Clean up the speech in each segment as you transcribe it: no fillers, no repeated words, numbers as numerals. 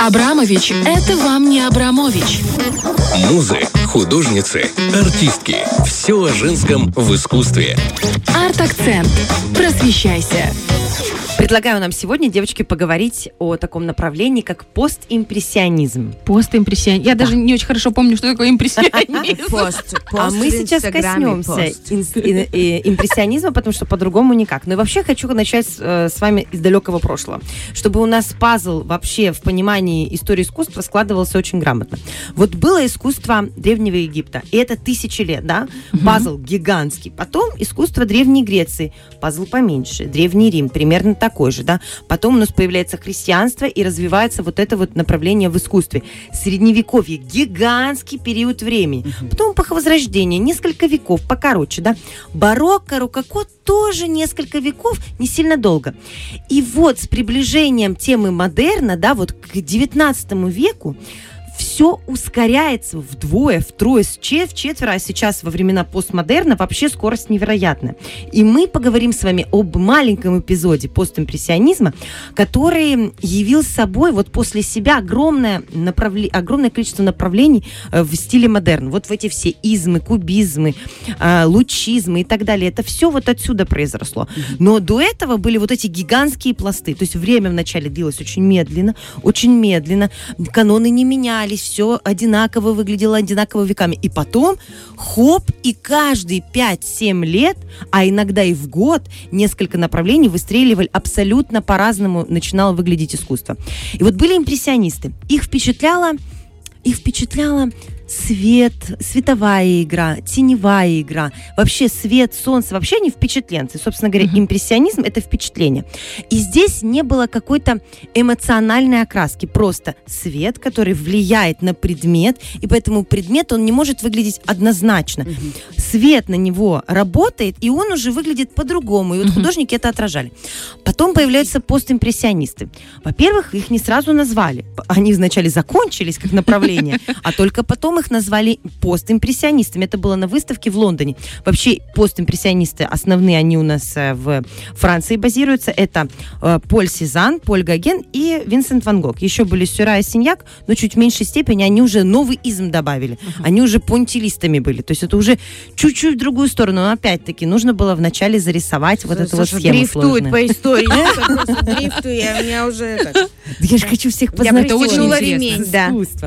Абрамович – это вам не Абрамович. Музы, художницы, артистки. Все о женском в искусстве. Арт-акцент. Просвещайся. Предлагаю нам сегодня, девочки, поговорить о таком направлении, как постимпрессионизм. Постимпрессионизм. Я даже не очень хорошо помню, что такое импрессионизм. А мы сейчас коснемся импрессионизма, потому что по-другому никак. Ну и вообще хочу начать с вами из далекого прошлого, чтобы у нас пазл вообще в понимании истории искусства складывался очень грамотно. Вот было искусство Древнего Египта, и это тысячи лет, да? Пазл гигантский. Потом искусство Древней Греции, пазл поменьше. Древний Рим, примерно такой же, да. Потом у нас появляется христианство и развивается вот это вот направление в искусстве. Средневековье, гигантский период времени. Потом эпоха Возрождения, несколько веков, покороче, да. Барокко, рококо тоже несколько веков, не сильно долго. И вот с приближением темы модерна, да, вот к 19 веку все ускоряется вдвое, втрое, вчетверо, а сейчас во времена постмодерна вообще скорость невероятная. И мы поговорим с вами об маленьком эпизоде постимпрессионизма, который явил собой вот после себя огромное количество направлений в стиле модерн. Вот в эти все измы, кубизмы, лучизмы и так далее. Это все вот отсюда произросло. Но до этого были вот эти гигантские пласты. То есть время вначале длилось очень медленно, каноны не менялись, все одинаково выглядело, одинаково веками. И потом, хоп, и каждые 5-7 лет, а иногда и в год, несколько направлений выстреливали абсолютно по-разному, начинало выглядеть искусство. И вот были импрессионисты. Их впечатляла свет, световая игра, теневая игра, вообще свет, солнце, вообще они впечатленцы. Собственно говоря, импрессионизм – это впечатление. И здесь не было какой-то эмоциональной окраски, просто свет, который влияет на предмет, и поэтому предмет, он не может выглядеть однозначно. Свет на него работает, и он уже выглядит по-другому, и вот художники это отражали. Потом появляются постимпрессионисты. Во-первых, их не сразу назвали. Они вначале закончились как направление, а только потом их назвали постимпрессионистами. Это было на выставке в Лондоне. Вообще постимпрессионисты основные, они у нас в Франции базируются. Это Поль Сезанн, Поль Гоген и Винсент Ван Гог. Еще были Сюрреаль и Синьяк, но чуть в меньшей степени они уже новый изм добавили. Они уже пунктилистами были. То есть это уже чуть-чуть в другую сторону. Но опять-таки нужно было вначале зарисовать вот эту вот схему сложную. Дрифтует по истории. Просто дрифтую, у меня уже... Я же хочу всех познакомить. Я притянула ремень, да.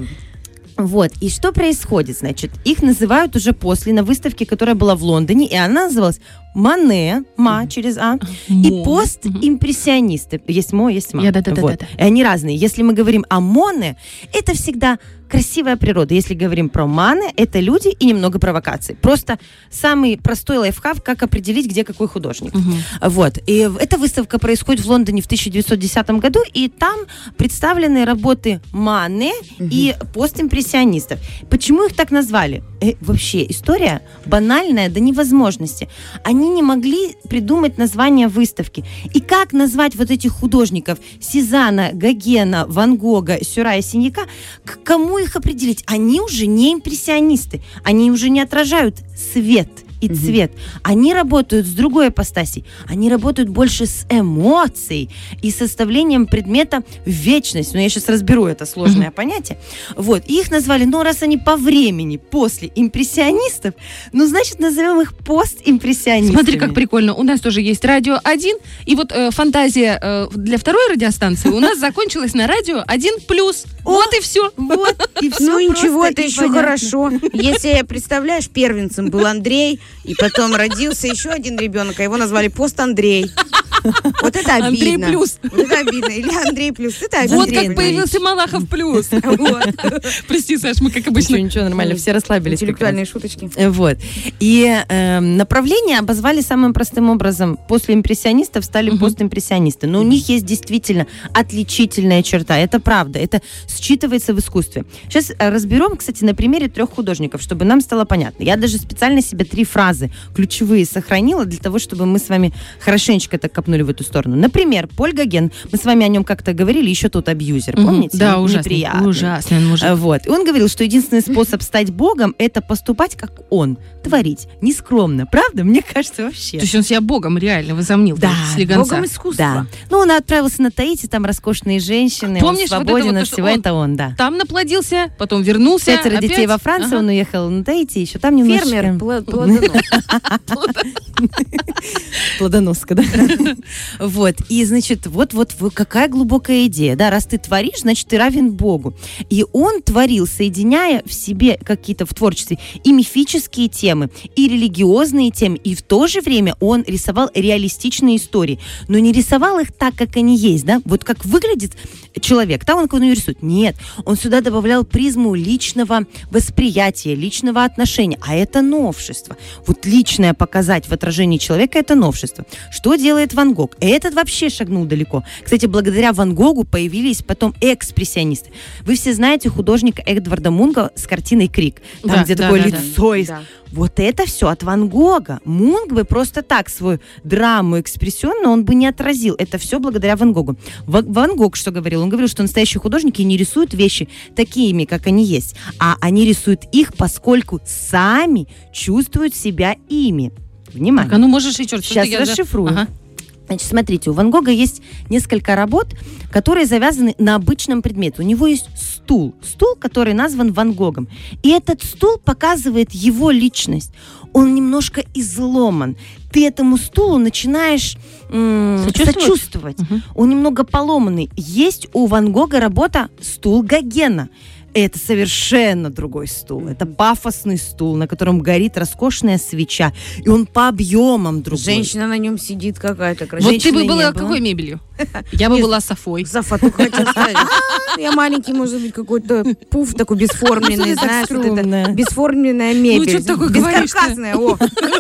Вот, и что происходит, значит, их называют уже после, на выставке, которая была в Лондоне, и она называлась Мане, через А, и постимпрессионисты. Есть Мо, есть Ма. Вот. И они разные. Если мы говорим о Моне, это всегда красивая природа. Если говорим про Мане, это люди и немного провокаций. Просто самый простой лайфхак, как определить, где какой художник. Вот. И эта выставка происходит в Лондоне в 1910 году, и там представлены работы Мане и постимпрессионистов. Почему их так назвали? Вообще, история банальная до невозможности. Они не могли придумать название выставки. И как назвать вот этих художников Сезанна, Гогена, Ван Гога, Сюрреаля и Синьяка, к кому их определить? Они уже не импрессионисты. Они уже не отражают свет и цвет. Они работают с другой ипостасей. Они работают больше с эмоцией и составлением предмета в вечность. Но я сейчас разберу это сложное понятие. Вот. И их назвали, раз они по времени после импрессионистов, значит, назовем их постимпрессионистами. Смотри, как прикольно. У нас тоже есть радио 1, и вот фантазия для второй радиостанции у нас закончилась на радио 1+. Вот и все. Ничего, это еще хорошо. Если, представляешь, первенцем был Андрей, и потом родился еще один ребенок, а его назвали Пост-Андрей. Вот это обидно. Андрей плюс. Вот это обидно. Или Андрей плюс. Это обидно. Вот как появился Малахов плюс. Прости, Саш, мы как обычно. Ничего, нормально, все расслабились. Интеллектуальные шуточки. Вот. И направление обозвали самым простым образом. После импрессионистов стали постимпрессионисты. Но у них есть действительно отличительная черта. Это правда. Это считывается в искусстве. Сейчас разберем, кстати, на примере 3 художников, чтобы нам стало понятно. Я даже специально себе 3 фразы ключевые сохранила для того, чтобы мы с вами хорошенечко так копнули шагнули в эту сторону. Например, Поль Гоген, мы с вами о нем как-то говорили, еще тот абьюзер, помните? Да, ужасный мужик. Вот. И он говорил, что единственный способ стать богом — это поступать, как он, творить, нескромно. Правда? Мне кажется, вообще. То есть он себя богом реально возомнил. Да, богом искусства. Да. Ну, он отправился на Таити, там роскошные женщины, помнишь, он свободен вот от всего, это он, да. Там наплодился, потом вернулся. 5 детей во Франции, он уехал на Таити, еще там немножечко... Фермер, плодоноска, да? Вот, и, значит, вот какая глубокая идея, да, раз ты творишь, значит, ты равен Богу. И он творил, соединяя в себе какие-то в творчестве и мифические темы, и религиозные темы, и в то же время он рисовал реалистичные истории, но не рисовал их так, как они есть, да, вот как выглядит человек, там он кого-то рисует. Нет, он сюда добавлял призму личного восприятия, личного отношения, а это новшество. Вот личное показать в отражении человека — это новшество. Что делает Ван Гог? Этот вообще шагнул далеко. Кстати, благодаря Ван Гогу появились потом экспрессионисты. Вы все знаете художника Эдварда Мунка с картиной «Крик», там, где такое лицо есть. Вот это все от Ван Гога. Мунк бы просто так свою драму экспрессионную он бы не отразил. Это все благодаря Ван Гогу. Ван Гог что говорил? Он говорил, что настоящие художники не рисуют вещи такими, как они есть, а они рисуют их, поскольку сами чувствуют себя ими. Внимание. Так, а ну можешь еще раз. Сейчас расшифрую. Ага. Значит, смотрите, у Ван Гога есть несколько работ, которые завязаны на обычном предмете. У него есть стул, который назван Ван Гогом. И этот стул показывает его личность. Он немножко изломан. Ты этому стулу начинаешь сочувствовать. Он немного поломанный. Есть у Ван Гога работа «Стул Гогена». Это совершенно другой стул. Это пафосный стул, на котором горит роскошная свеча. И он по объемам другой. Женщина на нем сидит какая-то красивая. Вот ты бы была какой мебелью? Я бы была софой. Софа только хотела ставить. Я маленький, может быть, какой-то пуф такой бесформенный, знаешь, вот это бесформенная мебель. Ну, что такое говоришь? Бескаркасная, о.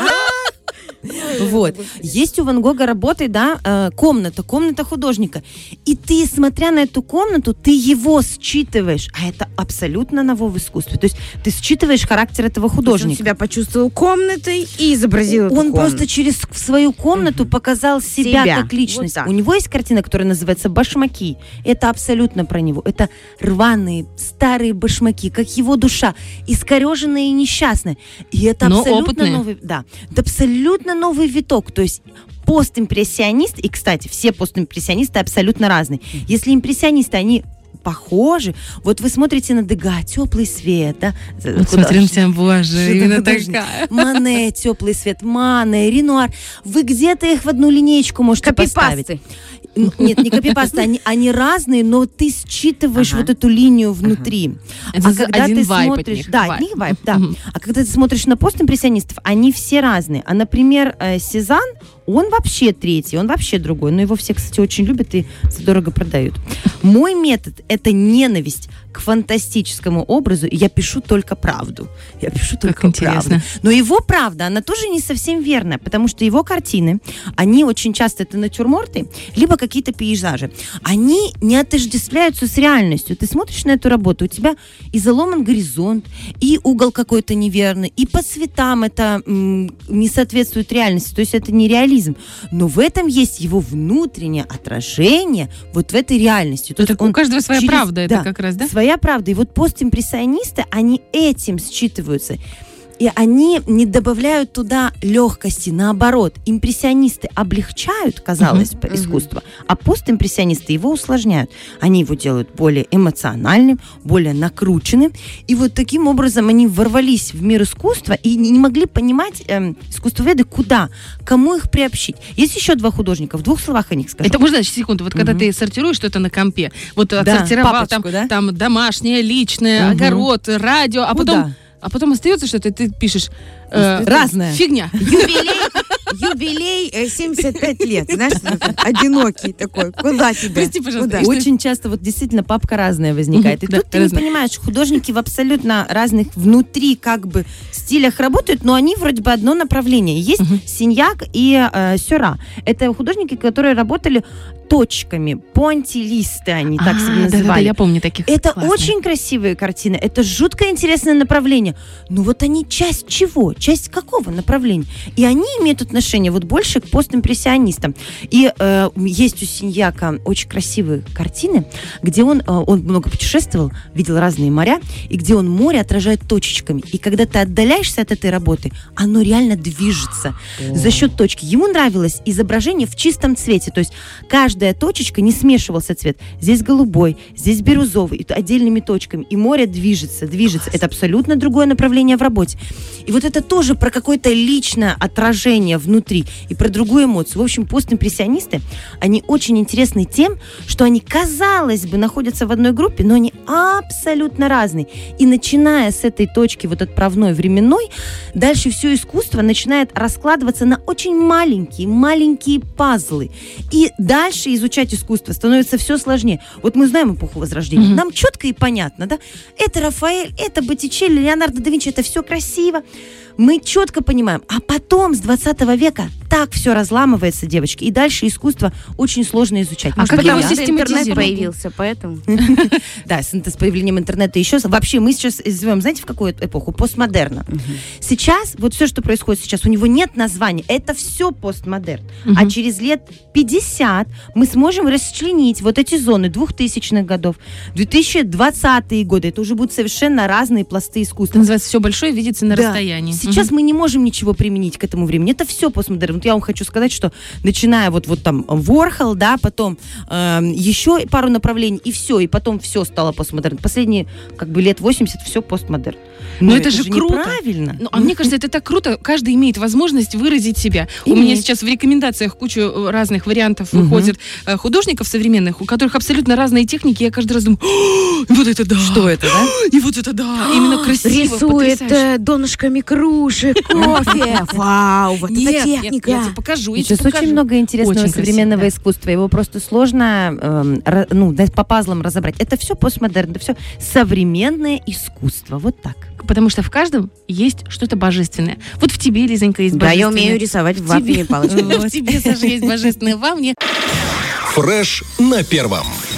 Вот. Есть у Ван Гога работы, да, комната художника. И ты, смотря на эту комнату, ты его считываешь. А это абсолютно ново в искусстве. То есть ты считываешь характер этого художника. Он себя почувствовал комнатой и изобразил эту комнату. Он комнату. просто через свою комнату показал себя как личность. Вот у него есть картина, которая называется «Башмаки». Это абсолютно про него. Это рваные, старые башмаки, как его душа, искореженная и несчастная. И это абсолютно новый... Да, это абсолютно новый виток, то есть постимпрессионист, и, кстати, все постимпрессионисты абсолютно разные. Если импрессионисты, они похожи, вот вы смотрите на Дега, теплый свет, да? Вот смотри на тебя, боже, именно такая. Мане, теплый свет, Мане, Ренуар. Вы где-то их в одну линеечку можете поставить. Нет, не копипасты, они разные, но ты считываешь вот эту линию внутри. Это когда один ты смотришь, от них вайб, да. А когда ты смотришь на постимпрессионистов, они все разные. А, например, Сезанн, он вообще третий, он вообще другой. Но его все, кстати, очень любят и задорого продают. Мой метод — это ненависть к фантастическому образу, и я пишу только правду. Я пишу только правду. Но его правда, она тоже не совсем верная, потому что его картины, они очень часто это натюрморты, либо какие-то пейзажи. Они не отождествляются с реальностью. Ты смотришь на эту работу, у тебя и заломан горизонт, и угол какой-то неверный, и по цветам это не соответствует реальности, то есть это не реализм. Но в этом есть его внутреннее отражение вот в этой реальности. То есть у каждого своя правда, это как раз, да? Своя правда. И вот постимпрессионисты, они этим считываются. И они не добавляют туда легкости, наоборот. Импрессионисты облегчают, казалось бы, искусство, а постимпрессионисты его усложняют. Они его делают более эмоциональным, более накрученным. И вот таким образом они ворвались в мир искусства и не могли понимать, искусствоведы, куда, кому их приобщить. Есть еще два художника, в двух словах о них скажу. Это можно, секунду, вот когда ты сортируешь что-то на компе, вот отсортировал папочку, там домашнее, личное, огород, радио, а потом остается что-то, и ты пишешь разное. Фигня. Юбилей 75 лет, знаешь, одинокий такой. Куда тебе? Прости, пожалуйста. Очень часто вот действительно папка разная возникает. И тут ты не понимаешь, художники в абсолютно разных внутри как бы стилях работают, но они вроде бы одно направление. Есть Синьяк и Сюра. Это художники, которые работали точками, понтилисты они так себя называли. Да, я помню таких. Это классные. очень красивые картины, это жутко интересное направление. Ну вот они часть чего? Часть какого направления? И они имеют отношение вот больше к постимпрессионистам. И есть у Синьяка очень красивые картины, где он много путешествовал, видел разные моря, и где он море отражает точечками. И когда ты отдаляешься от этой работы, оно реально движется за счет точки. Ему нравилось изображение в чистом цвете, то есть каждая точечка не смешивался цвет. Здесь голубой, здесь бирюзовый, отдельными точками. И море движется. Это абсолютно другое направление в работе. И вот это тоже про какое-то личное отражение внутри и про другую эмоцию. В общем, постимпрессионисты, они очень интересны тем, что они, казалось бы, находятся в одной группе, но они абсолютно разные. И начиная с этой точки вот отправной, временной, дальше все искусство начинает раскладываться на очень маленькие пазлы. И дальше изучать искусство становится все сложнее. Вот мы знаем эпоху Возрождения. Нам четко и понятно, да? Это Рафаэль, это Боттичелли, Леонардо да Винчи, это все красиво. Мы четко понимаем. А потом, с 20 века, так все разламывается, девочки. И дальше искусство очень сложно изучать. А как его интернет систематизировать? появился, поэтому... Да, с появлением интернета еще... Вообще, мы сейчас живем, знаете, в какую эпоху? Постмодерна. Сейчас, вот все, что происходит сейчас, у него нет названия. Это все постмодерн. А через лет 50 мы сможем расчленить вот эти зоны 2000-х годов, 2020-е годы. Это уже будут совершенно разные пласты искусства. Это называется «Все большое видится на расстоянии». Сейчас мы не можем ничего применить к этому времени. Это все постмодерн. Вот я вам хочу сказать, что начиная вот там Ворхол, да, потом еще пару направлений, и все, и потом все стало постмодерн. Последние лет 80 все постмодерн. Но это же круто. Неправильно. Ну, а мне кажется, это так круто. Каждый имеет возможность выразить себя. У меня сейчас в рекомендациях кучу разных вариантов выходит художников современных, у которых абсолютно разные техники. Я каждый раз думаю, вот это да! Что это, да? И вот это да! Именно красиво, рисует донышками кружек, кофе. Вау, вот эта техника. Я тебе покажу. Сейчас очень много интересного Очень современного красиво, искусства. Его просто сложно по пазлам разобрать. Это все постмодерн, это все современное искусство. Вот так. Потому что в каждом есть что-то божественное. Вот в тебе, Лизонька, есть божественное. Да, я умею рисовать в ватными палочками. В тебе, Саша, есть божественное, во мне. Фреш на первом.